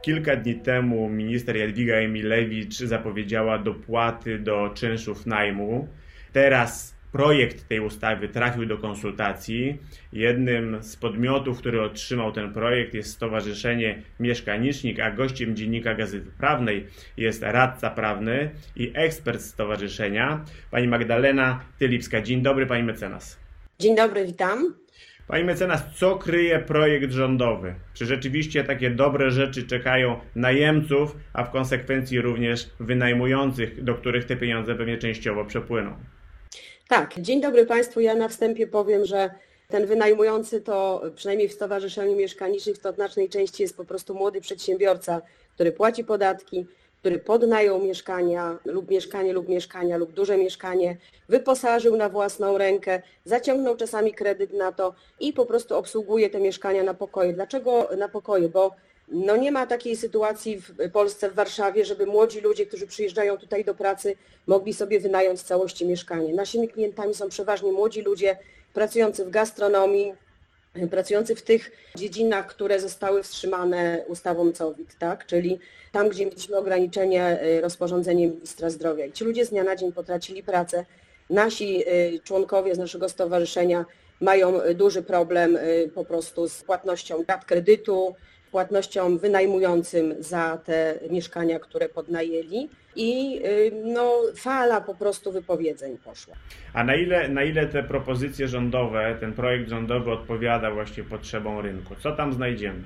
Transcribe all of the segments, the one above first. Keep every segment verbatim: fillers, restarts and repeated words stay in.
Kilka dni temu minister Jadwiga Emilewicz zapowiedziała dopłaty do czynszów najmu. Teraz projekt tej ustawy trafił do konsultacji. Jednym z podmiotów, który otrzymał ten projekt, jest Stowarzyszenie Mieszkanicznik, a gościem Dziennika Gazety Prawnej jest radca prawny i ekspert stowarzyszenia, pani Magdalena Tylipska. Dzień dobry, pani mecenas. Dzień dobry, witam. Pani mecenas, co kryje projekt rządowy? Czy rzeczywiście takie dobre rzeczy czekają najemców, a w konsekwencji również wynajmujących, do których te pieniądze pewnie częściowo przepłyną? Tak, dzień dobry Państwu. Ja na wstępie powiem, że ten wynajmujący to przynajmniej w Stowarzyszeniu Mieszkanicznych to w znacznej części jest po prostu młody przedsiębiorca, który płaci podatki, który podnajął mieszkania lub mieszkanie lub mieszkania lub duże mieszkanie, wyposażył na własną rękę, zaciągnął czasami kredyt na to i po prostu obsługuje te mieszkania na pokoje. Dlaczego na pokoje? Bo no nie ma takiej sytuacji w Polsce, w Warszawie, żeby młodzi ludzie, którzy przyjeżdżają tutaj do pracy, mogli sobie wynająć w całości mieszkanie. Naszymi klientami są przeważnie młodzi ludzie pracujący w gastronomii, pracujący w tych dziedzinach, które zostały wstrzymane ustawą COVID, tak? Czyli tam, gdzie mieliśmy ograniczenie rozporządzeniem ministra zdrowia. I ci ludzie z dnia na dzień potracili pracę. Nasi członkowie z naszego stowarzyszenia mają duży problem po prostu z płatnością rat kredytu, płatnością wynajmującym za te mieszkania, które podnajęli i no, fala po prostu wypowiedzeń poszła. A na ile, na ile te propozycje rządowe, ten projekt rządowy odpowiada właśnie potrzebom rynku? Co tam znajdziemy?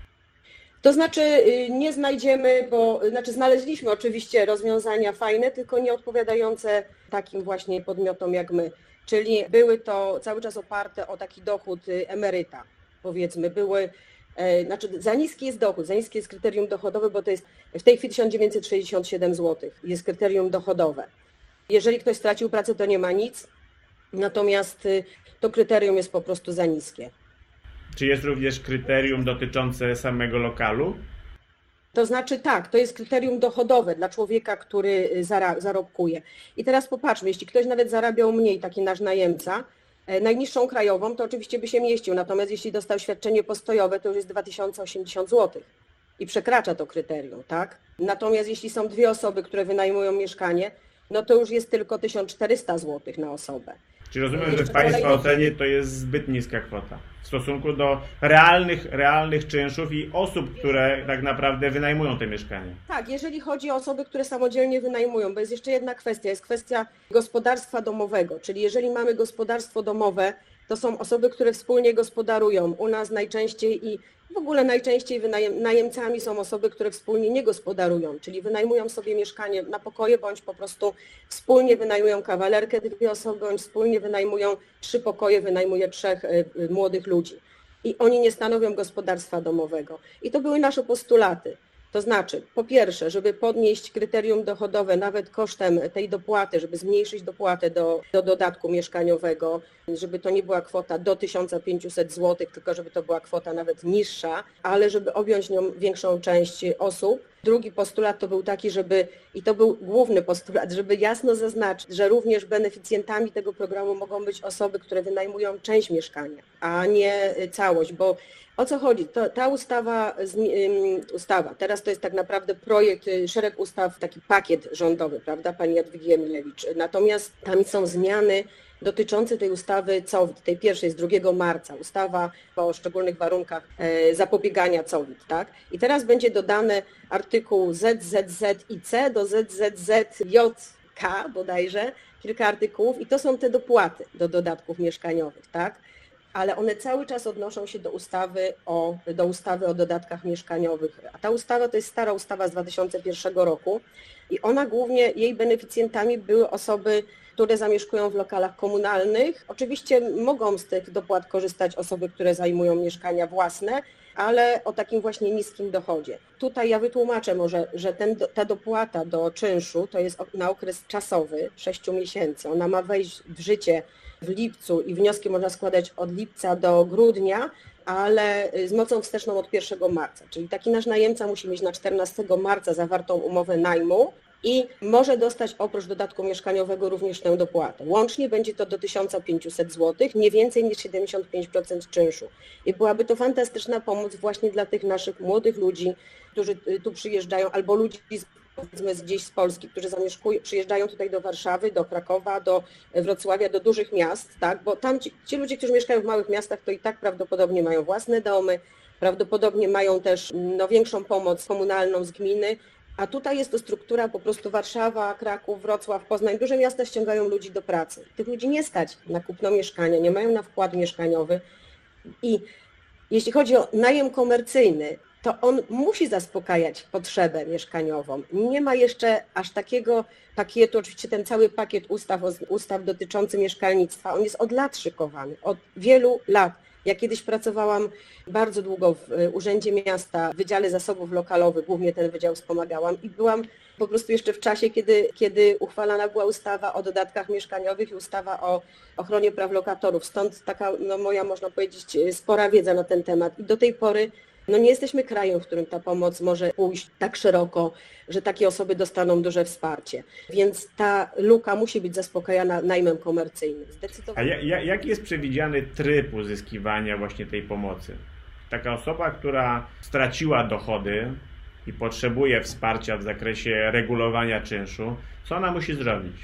To znaczy nie znajdziemy, bo znaczy znaleźliśmy oczywiście rozwiązania fajne, tylko nie odpowiadające takim właśnie podmiotom jak my. Czyli były to cały czas oparte o taki dochód emeryta, powiedzmy, były Znaczy za niski jest dochód, za niskie jest kryterium dochodowe, bo to jest w tej chwili tysiąc dziewięćset sześćdziesiąt siedem złotych jest kryterium dochodowe. Jeżeli ktoś stracił pracę, to nie ma nic, natomiast to kryterium jest po prostu za niskie. Czy jest również kryterium dotyczące samego lokalu? To znaczy tak, to jest kryterium dochodowe dla człowieka, który zarobkuje. I teraz popatrzmy, jeśli ktoś nawet zarabiał mniej, taki nasz najemca, najniższą krajową, to oczywiście by się mieścił, natomiast jeśli dostał świadczenie postojowe, to już jest dwa tysiące osiemdziesiąt złotych i przekracza to kryterium, tak? Natomiast jeśli są dwie osoby, które wynajmują mieszkanie, no to już jest tylko tysiąc czterysta złotych na osobę. Czyli rozumiem, że w Państwa ocenie to jest zbyt niska kwota w stosunku do realnych, realnych czynszów i osób, które tak naprawdę wynajmują te mieszkania. Tak, jeżeli chodzi o osoby, które samodzielnie wynajmują, bo jest jeszcze jedna kwestia, jest kwestia gospodarstwa domowego, czyli jeżeli mamy gospodarstwo domowe, to są osoby, które wspólnie gospodarują. U nas najczęściej i w ogóle najczęściej wynajem, najemcami są osoby, które wspólnie nie gospodarują, czyli wynajmują sobie mieszkanie na pokoje, bądź po prostu wspólnie wynajmują kawalerkę dwie osoby, bądź wspólnie wynajmują trzy pokoje, wynajmuje trzech y, y, młodych ludzi. I oni nie stanowią gospodarstwa domowego. I to były nasze postulaty. To znaczy, po pierwsze, żeby podnieść kryterium dochodowe nawet kosztem tej dopłaty, żeby zmniejszyć dopłatę do, do dodatku mieszkaniowego, żeby to nie była kwota do tysiąc pięćset złotych, tylko żeby to była kwota nawet niższa, ale żeby objąć nią większą część osób. Drugi postulat to był taki, żeby, i to był główny postulat, żeby jasno zaznaczyć, że również beneficjentami tego programu mogą być osoby, które wynajmują część mieszkania, a nie całość, bo o co chodzi? To, ta ustawa, ustawa, teraz to jest tak naprawdę projekt, szereg ustaw, taki pakiet rządowy, prawda, pani Jadwigi Emilewicz. Natomiast tam są zmiany dotyczące tej ustawy COVID, tej pierwszej z drugiego marca, ustawa o szczególnych warunkach zapobiegania COVID, tak? I teraz będzie dodany artykuł Z Z Z I C do Z Z Z J K bodajże, kilka artykułów i to są te dopłaty do dodatków mieszkaniowych, tak? Ale one cały czas odnoszą się do ustawy o, do ustawy o dodatkach mieszkaniowych. A ta ustawa to jest stara ustawa z dwa tysiące pierwszego roku i ona głównie, jej beneficjentami były osoby, które zamieszkują w lokalach komunalnych. Oczywiście mogą z tych dopłat korzystać osoby, które zajmują mieszkania własne, ale o takim właśnie niskim dochodzie. Tutaj ja wytłumaczę może, że ten, ta dopłata do czynszu to jest na okres czasowy, sześciu miesięcy. Ona ma wejść w życie w lipcu i wnioski można składać od lipca do grudnia, ale z mocą wsteczną od pierwszego marca. Czyli taki nasz najemca musi mieć na czternastego marca zawartą umowę najmu i może dostać oprócz dodatku mieszkaniowego również tę dopłatę. Łącznie będzie to do tysiąc pięćset złotych, nie więcej niż siedemdziesiąt pięć procent czynszu. I byłaby to fantastyczna pomoc właśnie dla tych naszych młodych ludzi, którzy tu przyjeżdżają, albo ludzi z, powiedzmy, gdzieś z Polski, którzy zamieszkują, przyjeżdżają tutaj do Warszawy, do Krakowa, do Wrocławia, do dużych miast, tak? Bo tam ci, ci ludzie, którzy mieszkają w małych miastach, to i tak prawdopodobnie mają własne domy, prawdopodobnie mają też no, większą pomoc komunalną z gminy, a tutaj jest to struktura po prostu Warszawa, Kraków, Wrocław, Poznań. Duże miasta ściągają ludzi do pracy. Tych ludzi nie stać na kupno mieszkania, nie mają na wkład mieszkaniowy i jeśli chodzi o najem komercyjny, to on musi zaspokajać potrzebę mieszkaniową. Nie ma jeszcze aż takiego pakietu, oczywiście ten cały pakiet ustaw, ustaw dotyczący mieszkalnictwa, on jest od lat szykowany, od wielu lat. Ja kiedyś pracowałam bardzo długo w Urzędzie Miasta, w Wydziale Zasobów Lokalowych, głównie ten wydział wspomagałam i byłam po prostu jeszcze w czasie, kiedy, kiedy uchwalana była ustawa o dodatkach mieszkaniowych i ustawa o ochronie praw lokatorów. Stąd taka no, moja, można powiedzieć, spora wiedza na ten temat. I do tej pory no, nie jesteśmy krajem, w którym ta pomoc może pójść tak szeroko, że takie osoby dostaną duże wsparcie. Więc ta luka musi być zaspokajana najmem komercyjnym. Zdecydowanie. A ja, jaki jest przewidziany tryb uzyskiwania właśnie tej pomocy? Taka osoba, która straciła dochody i potrzebuje wsparcia w zakresie regulowania czynszu, co ona musi zrobić?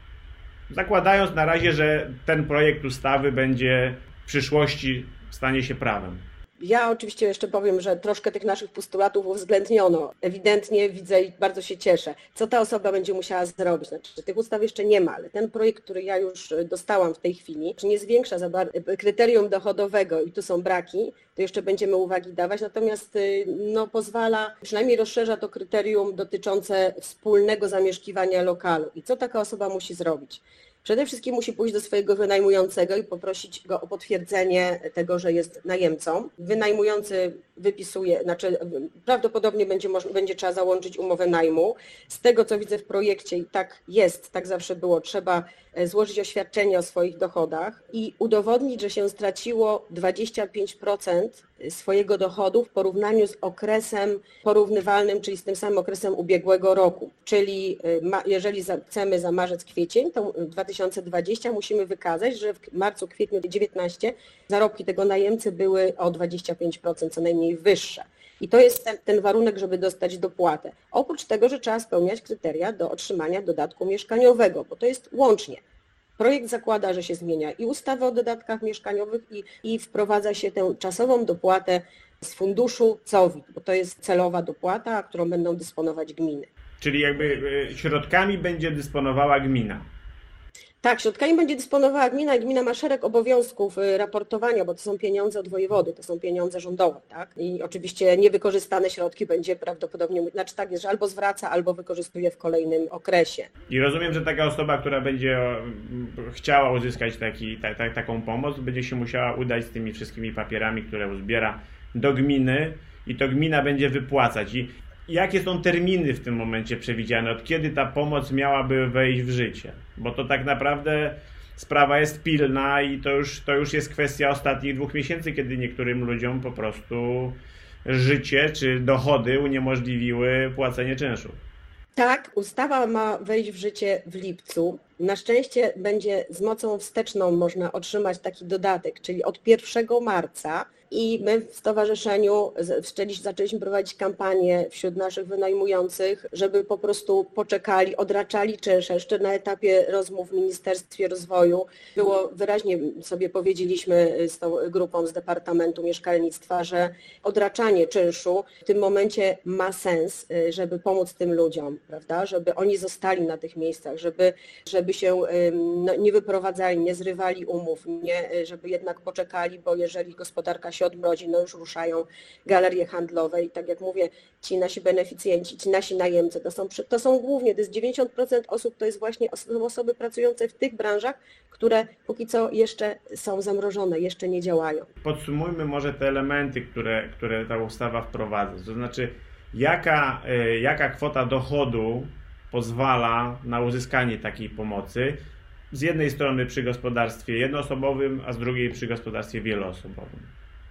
Zakładając na razie, że ten projekt ustawy będzie w przyszłości stanie się prawem. Ja oczywiście jeszcze powiem, że troszkę tych naszych postulatów uwzględniono. Ewidentnie widzę i bardzo się cieszę. Co ta osoba będzie musiała zrobić? Znaczy, tych ustaw jeszcze nie ma, ale ten projekt, który ja już dostałam w tej chwili, nie zwiększa za bardzo kryterium dochodowego i tu są braki, to jeszcze będziemy uwagi dawać, natomiast no, pozwala, przynajmniej rozszerza to kryterium dotyczące wspólnego zamieszkiwania lokalu. I co taka osoba musi zrobić? Przede wszystkim musi pójść do swojego wynajmującego i poprosić go o potwierdzenie tego, że jest najemcą. Wynajmujący wypisuje, znaczy prawdopodobnie będzie, będzie trzeba załączyć umowę najmu. Z tego, co widzę w projekcie i tak jest, tak zawsze było, trzeba złożyć oświadczenie o swoich dochodach i udowodnić, że się straciło dwadzieścia pięć procent swojego dochodu w porównaniu z okresem porównywalnym, czyli z tym samym okresem ubiegłego roku. Czyli jeżeli chcemy za marzec, kwiecień, to dwa tysiące dwudziesty musimy wykazać, że w marcu, kwietniu dziewiętnastym zarobki tego najemcy były o dwadzieścia pięć procent co najmniej wyższe. I to jest ten, ten warunek, żeby dostać dopłatę. Oprócz tego, że trzeba spełniać kryteria do otrzymania dodatku mieszkaniowego, bo to jest łącznie. Projekt zakłada, że się zmienia i ustawę o dodatkach mieszkaniowych i, i wprowadza się tę czasową dopłatę z funduszu C O W I T, bo to jest celowa dopłata, którą będą dysponować gminy. Czyli jakby środkami będzie dysponowała gmina. Tak, środkami będzie dysponowała gmina i gmina ma szereg obowiązków raportowania, bo to są pieniądze od wojewody, to są pieniądze rządowe, tak? I oczywiście niewykorzystane środki będzie prawdopodobnie, znaczy tak jest, że albo zwraca, albo wykorzystuje w kolejnym okresie. I rozumiem, że taka osoba, która będzie chciała uzyskać taki, ta, ta, taką pomoc, będzie się musiała udać z tymi wszystkimi papierami, które uzbiera do gminy i to gmina będzie wypłacać. I jakie są terminy w tym momencie przewidziane? Od kiedy ta pomoc miałaby wejść w życie? Bo to tak naprawdę sprawa jest pilna i to już, to już jest kwestia ostatnich dwóch miesięcy, kiedy niektórym ludziom po prostu życie czy dochody uniemożliwiły płacenie czynszu. Tak, ustawa ma wejść w życie w lipcu. Na szczęście będzie z mocą wsteczną można otrzymać taki dodatek, czyli od pierwszego marca. I my w stowarzyszeniu zaczęliśmy prowadzić kampanię wśród naszych wynajmujących, żeby po prostu poczekali, odraczali czynsze. Jeszcze na etapie rozmów w Ministerstwie Rozwoju było wyraźnie sobie powiedzieliśmy z tą grupą z Departamentu Mieszkalnictwa, że odraczanie czynszu w tym momencie ma sens, żeby pomóc tym ludziom, prawda? Żeby oni zostali na tych miejscach, żeby, żeby się no, nie wyprowadzali, nie zrywali umów, nie, żeby jednak poczekali, bo jeżeli gospodarka się odmrodzi, no już ruszają galerie handlowe i tak jak mówię, ci nasi beneficjenci, ci nasi najemcy, to są, to są głównie, to jest dziewięćdziesiąt procent osób, to jest właśnie osoby pracujące w tych branżach, które póki co jeszcze są zamrożone, jeszcze nie działają. Podsumujmy może te elementy, które, które ta ustawa wprowadza, to znaczy jaka, jaka kwota dochodu pozwala na uzyskanie takiej pomocy, z jednej strony przy gospodarstwie jednoosobowym, a z drugiej przy gospodarstwie wieloosobowym.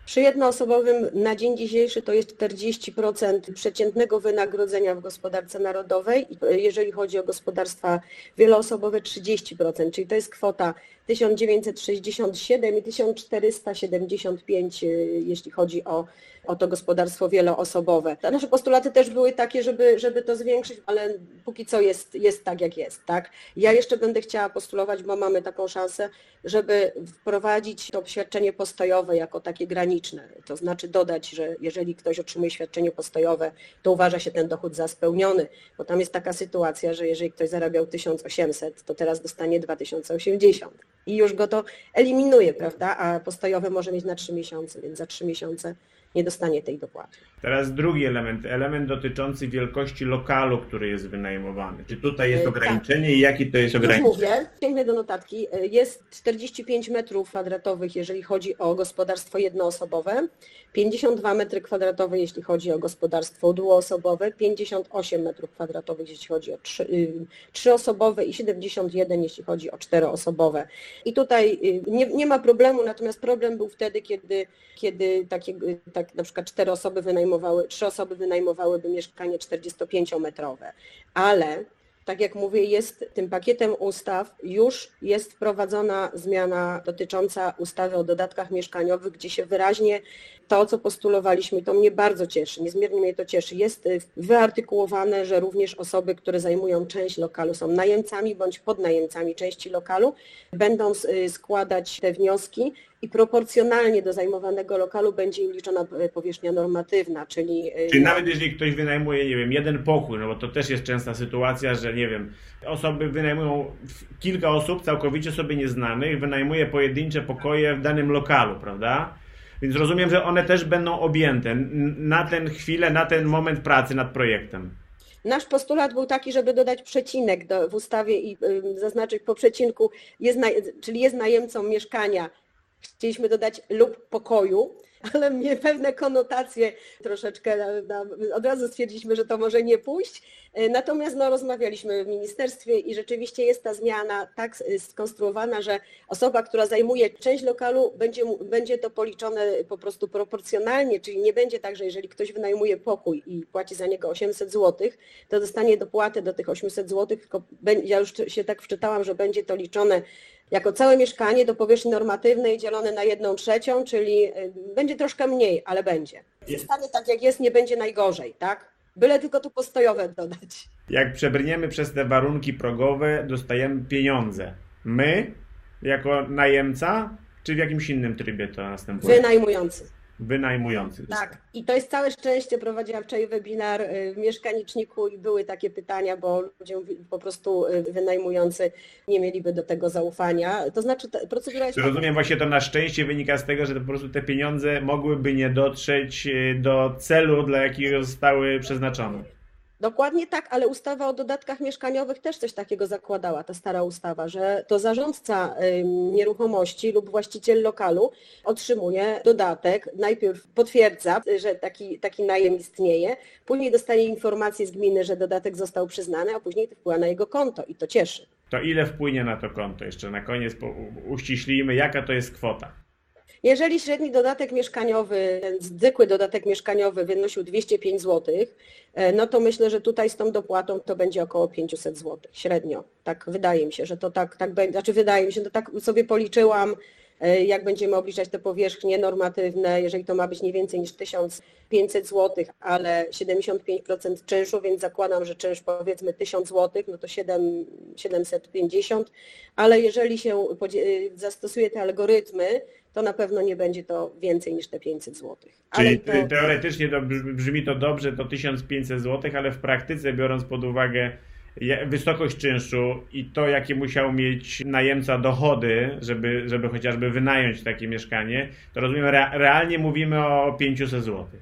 Przy jednoosobowym na dzień dzisiejszy to jest czterdzieści procent przeciętnego wynagrodzenia w gospodarce narodowej, jeżeli chodzi o gospodarstwa wieloosobowe trzydzieści procent, czyli to jest kwota tysiąc dziewięćset sześćdziesiąt siedem i tysiąc czterysta siedemdziesiąt pięć, jeśli chodzi o, o to gospodarstwo wieloosobowe. Nasze postulaty też były takie, żeby, żeby to zwiększyć, ale póki co jest, jest tak, jak jest. Tak? Ja jeszcze będę chciała postulować, bo mamy taką szansę, żeby wprowadzić to świadczenie postojowe jako takie graniczne. To znaczy dodać, że jeżeli ktoś otrzymuje świadczenie postojowe, to uważa się ten dochód za spełniony, bo tam jest taka sytuacja, że jeżeli ktoś zarabiał tysiąc osiemset, to teraz dostanie dwa tysiące osiemdziesiąt. I już go to eliminuje, prawda? A postojowy może mieć na trzy miesiące, więc za trzy miesiące nie dostanie tej dopłaty. Teraz drugi element, element dotyczący wielkości lokalu, który jest wynajmowany. Czy tutaj jest ograniczenie tak. I jaki to jest ograniczenie? Już mówię, sięgnę do notatki. Jest czterdzieści pięć metrów kwadratowych, jeżeli chodzi o gospodarstwo jednoosobowe, pięćdziesiąt dwa metry kwadratowe, jeśli chodzi o gospodarstwo dwuosobowe, pięćdziesiąt osiem metrów kwadratowych, jeśli chodzi o trzy, trzyosobowe i siedemdziesiąt jeden, jeśli chodzi o czteroosobowe. I tutaj nie, nie ma problemu, natomiast problem był wtedy, kiedy, kiedy takie, tak na przykład cztery osoby wynajmowały, trzy osoby wynajmowałyby mieszkanie czterdziestopięciometrowe, ale tak jak mówię, jest tym pakietem ustaw, już jest wprowadzona zmiana dotycząca ustawy o dodatkach mieszkaniowych, gdzie się wyraźnie to, co postulowaliśmy, to mnie bardzo cieszy, niezmiernie mnie to cieszy, jest wyartykułowane, że również osoby, które zajmują część lokalu, są najemcami bądź podnajemcami części lokalu, będą składać te wnioski i proporcjonalnie do zajmowanego lokalu będzie im liczona powierzchnia normatywna, czyli... Czyli nawet jeżeli ktoś wynajmuje, nie wiem, jeden pokój, no bo to też jest częsta sytuacja, że nie wiem, osoby wynajmują, kilka osób całkowicie sobie nieznanych, wynajmuje pojedyncze pokoje w danym lokalu, prawda? Więc rozumiem, że one też będą objęte na tę chwilę, na ten moment pracy nad projektem. Nasz postulat był taki, żeby dodać przecinek do, w ustawie i y, zaznaczyć po przecinku, jest na, czyli jest najemcą mieszkania. Chcieliśmy dodać lub pokoju, ale mnie pewne konotacje troszeczkę, na, na, od razu stwierdziliśmy, że to może nie pójść. Natomiast no, rozmawialiśmy w ministerstwie i rzeczywiście jest ta zmiana tak skonstruowana, że osoba, która zajmuje część lokalu, będzie, będzie to policzone po prostu proporcjonalnie, czyli nie będzie tak, że jeżeli ktoś wynajmuje pokój i płaci za niego osiemset złotych, to dostanie dopłatę do tych osiemset złotych, tylko ja już się tak wczytałam, że będzie to liczone jako całe mieszkanie do powierzchni normatywnej dzielone na jedną trzecią, czyli będzie troszkę mniej, ale będzie. Zostanie tak jak jest, nie będzie najgorzej, tak? Byle tylko tu postojowe dodać. Jak przebrniemy przez te warunki progowe, dostajemy pieniądze. My, jako najemca, czy w jakimś innym trybie to następuje? Wynajmujący. Wynajmujący. Tak. I to jest całe szczęście. Prowadziłam wczoraj webinar w Mieszkaniczniku i były takie pytania, bo ludzie po prostu wynajmujący nie mieliby do tego zaufania. To znaczy ta procedura jest... Rozumiem, właśnie to na szczęście wynika z tego, że po prostu te pieniądze mogłyby nie dotrzeć do celu, dla jakiego zostały przeznaczone. Dokładnie tak, ale ustawa o dodatkach mieszkaniowych też coś takiego zakładała, ta stara ustawa, że to zarządca nieruchomości lub właściciel lokalu otrzymuje dodatek, najpierw potwierdza, że taki, taki najem istnieje, później dostaje informację z gminy, że dodatek został przyznany, a później to wpływa na jego konto i to cieszy. To ile wpłynie na to konto? Jeszcze na koniec uściślimy, jaka to jest kwota? Jeżeli średni dodatek mieszkaniowy, ten zwykły dodatek mieszkaniowy wynosił dwieście pięć złotych, no to myślę, że tutaj z tą dopłatą to będzie około pięćset złotych średnio. Tak wydaje mi się, że to tak, tak będzie. Znaczy wydaje mi się, to tak sobie policzyłam, jak będziemy obliczać te powierzchnie normatywne, jeżeli to ma być nie więcej niż tysiąc pięćset złotych, ale siedemdziesiąt pięć procent czynszu, więc zakładam, że czynsz powiedzmy tysiąc złotych, no to siedemset pięćdziesiąt, ale jeżeli się zastosuje te algorytmy, to na pewno nie będzie to więcej niż te pięćset złotych. Czyli to... teoretycznie to brzmi to dobrze, to tysiąc pięćset złotych, ale w praktyce, biorąc pod uwagę wysokość czynszu i to, jakie musiał mieć najemca dochody, żeby, żeby chociażby wynająć takie mieszkanie, to rozumiem, re, realnie mówimy o pięciuset złotych.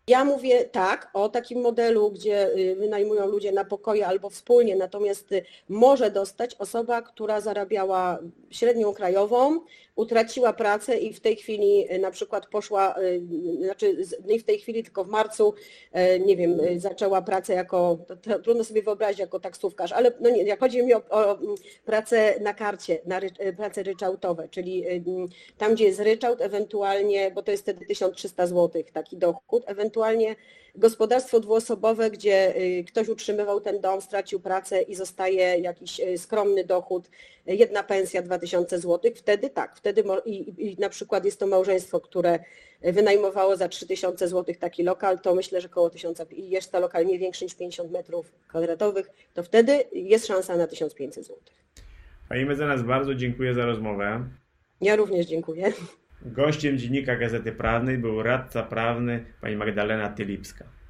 Ja mówię tak, o takim modelu, gdzie wynajmują ludzie na pokoje albo wspólnie, natomiast może dostać osoba, która zarabiała średnią krajową, utraciła pracę i w tej chwili na przykład poszła, znaczy nie w tej chwili, tylko w marcu, nie wiem, zaczęła pracę jako, to trudno sobie wyobrazić, jako taksówkarz, ale no nie, jak chodzi mi o, o pracę na karcie, na ry, prace ryczałtowe, czyli tam, gdzie jest ryczałt, ewentualnie, bo to jest wtedy tysiąc trzysta złotych taki dochód, ewentualnie gospodarstwo dwuosobowe, gdzie ktoś utrzymywał ten dom, stracił pracę i zostaje jakiś skromny dochód, jedna pensja dwa tysiące złotych, wtedy tak, wtedy i, i na przykład jest to małżeństwo, które wynajmowało za trzy tysiące złotych taki lokal, to myślę, że koło tysiąca i jest to lokal nie większy niż pięćdziesiąt metrów kwadratowych, to wtedy jest szansa na tysiąc pięćset złotych. Pani mecenas, bardzo dziękuję za rozmowę. Ja również dziękuję. Gościem Dziennika Gazety Prawnej był radca prawny pani Magdalena Tylipska.